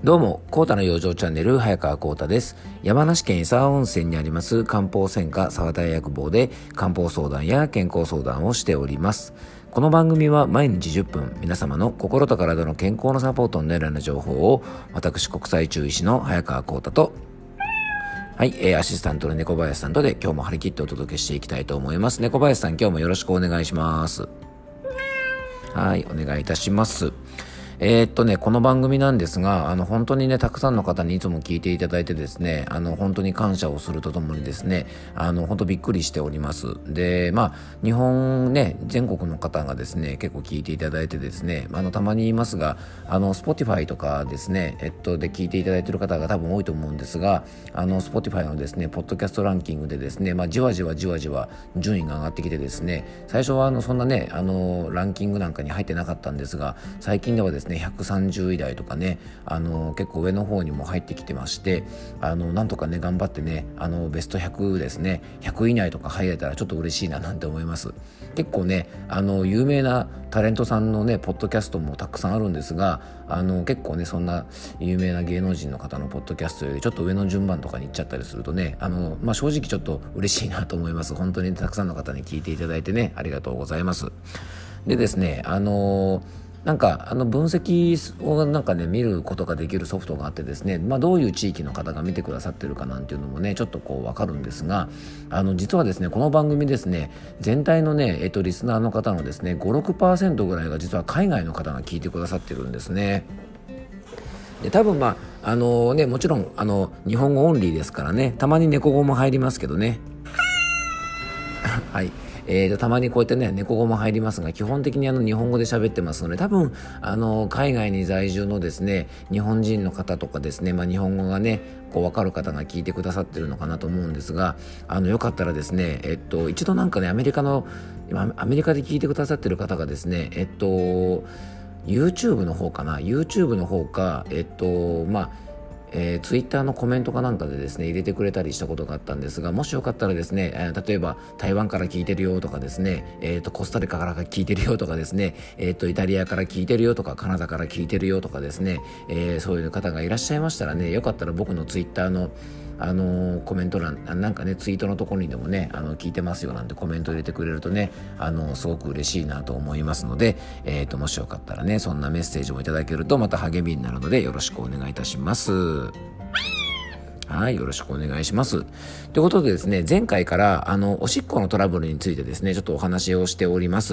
どうも、コータの養生チャンネル、早川コータです。山梨県伊沢温泉にあります漢方専科沢田薬房で漢方相談や健康相談をしております。この番組は毎日10分、皆様の心と体の健康のサポートになるような情報を、私国際中医師の早川コータと、アシスタントの猫林さんとで今日も張り切ってお届けしていきたいと思います。猫林さん、今日もよろしくお願いします。はい、お願いいたします。この番組なんですが、本当にね、たくさんの方にいつも聞いていただいてですね、本当に感謝をするとともにですね、本当びっくりしております。で、日本ね、全国の方がですね、結構聞いていただいてですね、たまに言いますが、Spotify とかですね、で聞いていただいている方が多分多いと思うんですが、Spotify のですね、ポッドキャストランキングでですね、じわじわ順位が上がってきてですね、最初はそんなね、ランキングなんかに入ってなかったんですが、最近ではですね、130位台とかね、結構上の方にも入ってきてまして、なんとかね頑張ってね、ベスト100ですね、100位以内とか入れたらちょっと嬉しいななんて思います。結構ね、有名なタレントさんのねポッドキャストもたくさんあるんですが、結構ねそんな有名な芸能人の方のポッドキャストよりちょっと上の順番とかに行っちゃったりするとね、正直ちょっと嬉しいなと思います。本当にたくさんの方に聞いていただいてね、ありがとうございます。でですね、分析を見ることができるソフトがあってですね、どういう地域の方が見てくださってるかなんていうのもねちょっと分かるんですが、実はですねこの番組ですね、全体のねリスナーの方のですね 5,6% ぐらいが実は海外の方が聞いてくださってるんですね。で多分もちろん日本語オンリーですからね、たまに猫語も入りますけどねはい、たまにこうやってね猫語も入りますが、基本的に日本語で喋ってますので、多分海外に在住のですね日本人の方とかですね、日本語がね分かる方が聞いてくださってるのかなと思うんですが、よかったらですね一度アメリカで聞いてくださってる方がですねYouTube の方かな、YouTube の方かツイッターのコメントかなんかでですね入れてくれたりしたことがあったんですが、もしよかったらですね、例えば台湾から聞いてるよとかですね、コスタリカから聞いてるよとかですね、イタリアから聞いてるよとかカナダから聞いてるよとかですね、そういう方がいらっしゃいましたらね、よかったら僕のツイッターのコメント欄ツイートのところにでもね聞いてますよなんてコメント入れてくれるとねすごく嬉しいなと思いますので、もしよかったらねそんなメッセージもいただけるとまた励みになるのでよろしくお願いいたします。はい、よろしくお願いします。ということでですね、前回からおしっこのトラブルについてですねちょっとお話をしております。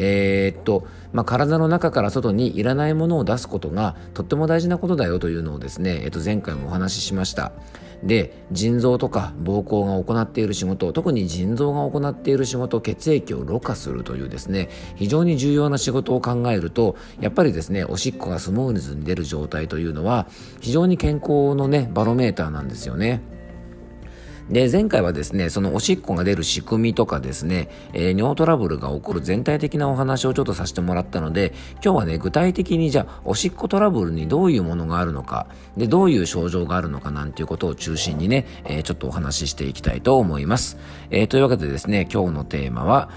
体の中から外にいらないものを出すことがとっても大事なことだよというのをですね、前回もお話ししました。で、腎臓とか膀胱が行っている仕事、特に腎臓が行っている仕事、血液をろ過するというですね非常に重要な仕事を考えると、やっぱりですねおしっこがスムーズに出る状態というのは非常に健康のねバロメーターなんですよね。で、前回はですねそのおしっこが出る仕組みとかですね、尿トラブルが起こる全体的なお話をちょっとさせてもらったので、今日はね具体的にじゃあおしっこトラブルにどういうものがあるのかで、どういう症状があるのかなんていうことを中心にね、ちょっとお話ししていきたいと思います。というわけでですね、今日のテーマは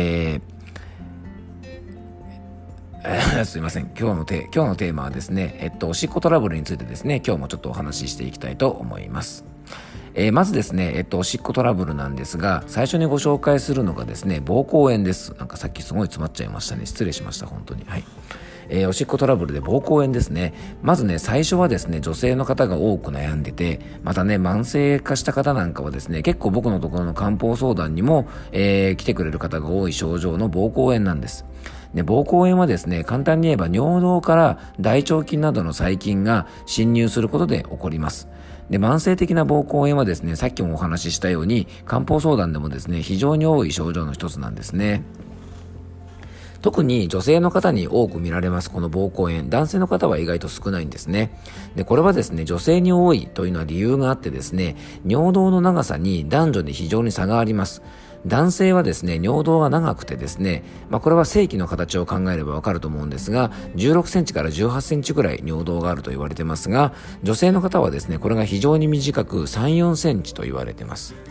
すいません、今日のテーマはですねおしっこトラブルについてですね今日もちょっとお話ししていきたいと思います。まずですね、おしっこトラブルなんですが、最初にご紹介するのがですね膀胱炎です。さっきすごい詰まっちゃいましたね、失礼しました本当に。はい、おしっこトラブルで膀胱炎ですね。まずね最初はですね女性の方が多く悩んでて、またね慢性化した方なんかはですね結構僕のところの漢方相談にも、来てくれる方が多い症状の膀胱炎なんです。で、膀胱炎はですね簡単に言えば尿道から大腸菌などの細菌が侵入することで起こります。で、慢性的な膀胱炎はですねさっきもお話ししたように漢方相談でもですね非常に多い症状の一つなんですね。特に女性の方に多く見られますこの膀胱炎、男性の方は意外と少ないんですね。で、これはですね女性に多いというのは理由があってですね、尿道の長さに男女で非常に差があります。男性はですね尿道が長くてですね、これは正規の形を考えればわかると思うんですが、16センチから18センチくらい尿道があると言われてますが、女性の方はですねこれが非常に短く3、4センチと言われてます。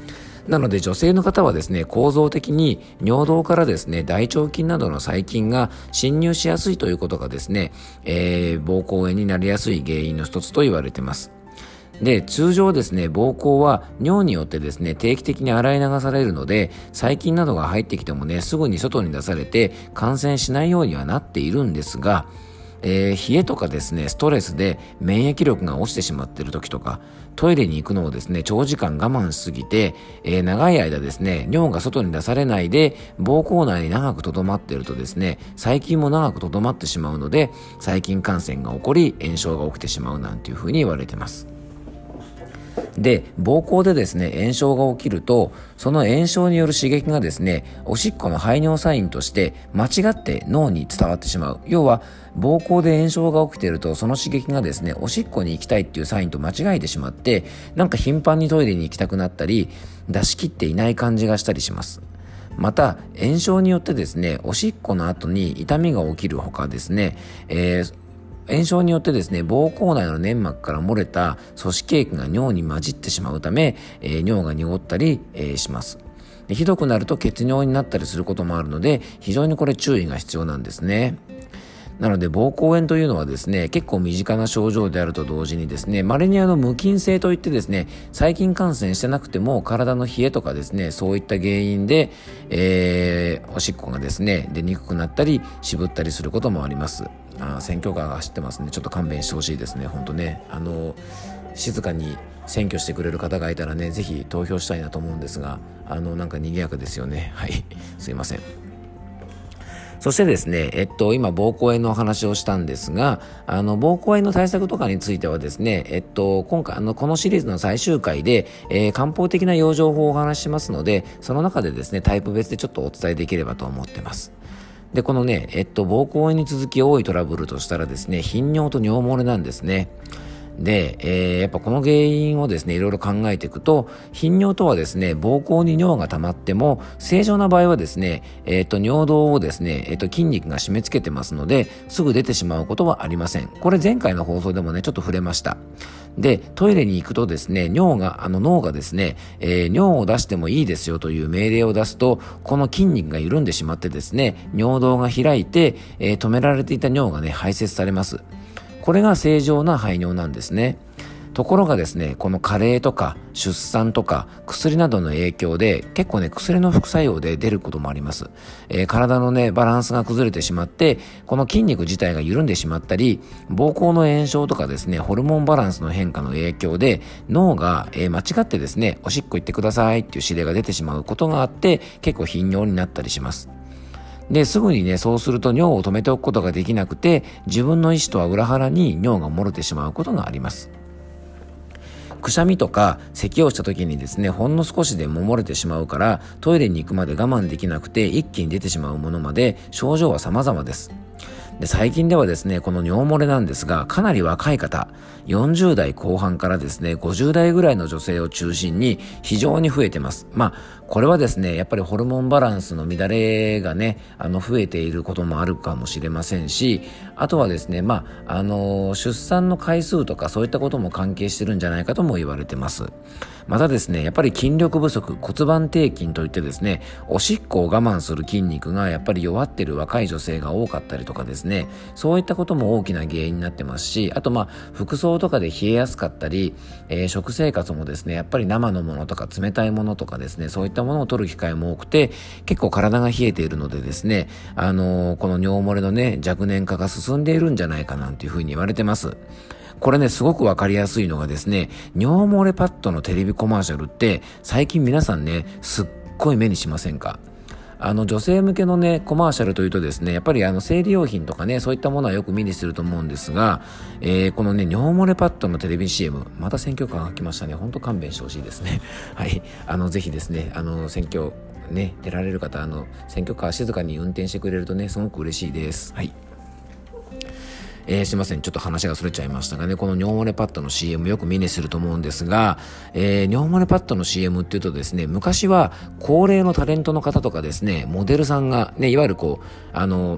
なので女性の方はですね、構造的に尿道からですね、大腸菌などの細菌が侵入しやすいということがですね、膀胱炎になりやすい原因の一つと言われています。で、通常ですね、膀胱は尿によってですね、定期的に洗い流されるので、細菌などが入ってきてもね、すぐに外に出されて感染しないようにはなっているんですが、冷えとかですね、ストレスで免疫力が落ちてしまっている時とか、トイレに行くのをですね、長時間我慢しすぎて、長い間ですね、尿が外に出されないで、膀胱内に長く留まっているとですね、細菌も長く留まってしまうので、細菌感染が起こり、炎症が起きてしまうなんていうふうに言われています。で、膀胱でですね、炎症が起きると、その炎症による刺激がですね、おしっこの排尿サインとして間違って脳に伝わってしまう。要は、膀胱で炎症が起きていると、その刺激がですね、おしっこに行きたいっていうサインと間違えてしまって、なんか頻繁にトイレに行きたくなったり、出し切っていない感じがしたりします。また、炎症によってですね、おしっこの後に痛みが起きるほかですね、炎症によってですね、膀胱内の粘膜から漏れた組織液が尿に混じってしまうため、尿が濁ったり、します。で、ひどくなると血尿になったりすることもあるので、非常にこれ注意が必要なんですね。なので膀胱炎というのはですね、結構身近な症状であると同時にですね、稀に無菌性といってですね、細菌感染してなくても体の冷えとかですね、そういった原因で、おしっこがですね、出にくくなったり渋ったりすることもあります。選挙カーが走ってますね。ちょっと勘弁してほしいですね。本当ね、静かに選挙してくれる方がいたらね、ぜひ投票したいなと思うんですが、なんか賑やかですよね。はい、すいません。そしてですね、今膀胱炎のお話をしたんですが、膀胱炎の対策とかについてはですね、今回このシリーズの最終回で、漢方的な養生法をお話ししますので、その中でですね、タイプ別でちょっとお伝えできればと思ってます。で、このね、膀胱炎に続き多いトラブルとしたらですね、頻尿と尿漏れなんですね。で、やっぱこの原因をですね、いろいろ考えていくと、頻尿とはですね、膀胱に尿が溜まっても、正常な場合はですね、尿道をですね、筋肉が締め付けてますので、すぐ出てしまうことはありません。これ前回の放送でもね、ちょっと触れました。で、トイレに行くとですね、脳がですね、尿を出してもいいですよという命令を出すと、この筋肉が緩んでしまってですね、尿道が開いて、止められていた尿がね、排泄されます。これが正常な排尿なんですね。ところがですね、この加齢とか出産とか薬などの影響で結構ね、薬の副作用で出ることもあります。体のね、バランスが崩れてしまって、この筋肉自体が緩んでしまったり、膀胱の炎症とかですね、ホルモンバランスの変化の影響で脳が、間違ってですね、おしっこ行ってくださいっていう指令が出てしまうことがあって、結構頻尿になったりします。で、すぐにね、そうすると尿を止めておくことができなくて、自分の意思とは裏腹に尿が漏れてしまうことがあります。くしゃみとか咳をした時にですね、ほんの少しでも漏れてしまうから、トイレに行くまで我慢できなくて一気に出てしまうものまで症状は様々です。で、最近ではですね、この尿漏れなんですが、かなり若い方、40代後半からですね、50代ぐらいの女性を中心に非常に増えてます。これはですね、やっぱりホルモンバランスの乱れがね、増えていることもあるかもしれませんし、あとはですね、出産の回数とかそういったことも関係してるんじゃないかとも言われてます。またですね、やっぱり筋力不足、骨盤底筋といってですね、おしっこを我慢する筋肉がやっぱり弱っている若い女性が多かったりとかですね、そういったことも大きな原因になってますし、あと服装とかで冷えやすかったり、食生活もですね、やっぱり生のものとか冷たいものとかですね、そういったものを取る機会も多くて、結構体が冷えているのでですね、この尿漏れのね、若年化が進んでいるんじゃないかなんていうふうに言われてます。これね、すごくわかりやすいのがですね、尿漏れパッドのテレビコマーシャルって最近皆さんね、すっごい目にしませんか？女性向けのね、コマーシャルというとですね、やっぱり生理用品とかね、そういったものはよく目にすると思うんですが、このね、尿漏れパッドのテレビ CM、また選挙カーが来ましたね。ほんと勘弁してほしいですね。はい。ぜひですね、選挙ね、出られる方、選挙カー静かに運転してくれるとね、すごく嬉しいです。はい。すいません。ちょっと話がそれちゃいましたがね、この尿漏れパッドの CM よく目にすると思うんですが、尿漏れパッドの CM っていうとですね、昔は高齢のタレントの方とかですね、モデルさんがね、いわゆる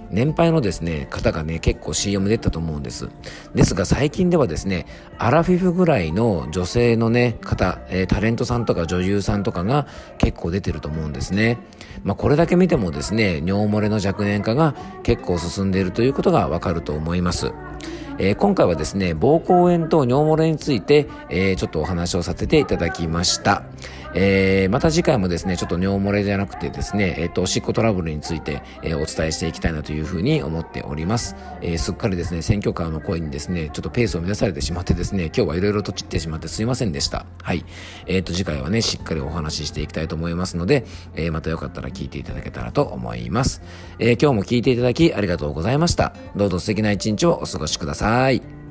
年配のですね、方がね、結構 CM 出たと思うんです。ですが最近ではですね、アラフィフぐらいの女性のね、方、タレントさんとか女優さんとかが結構出てると思うんですね。これだけ見てもですね、尿漏れの若年化が結構進んでいるということがわかると思います。今回はですね、膀胱炎と尿漏れについて、ちょっとお話をさせていただきました。また次回もですね、ちょっと尿漏れじゃなくてですね、おしっこトラブルについて、お伝えしていきたいなというふうに思っております。すっかりですね、選挙カーの声にですね、ちょっとペースを乱されてしまってですね、今日はいろいろと散ってしまってすいませんでした。はい。次回はね、しっかりお話ししていきたいと思いますので、またよかったら聞いていただけたらと思います。今日も聞いていただきありがとうございました。どうぞ素敵な一日をお過ごしください。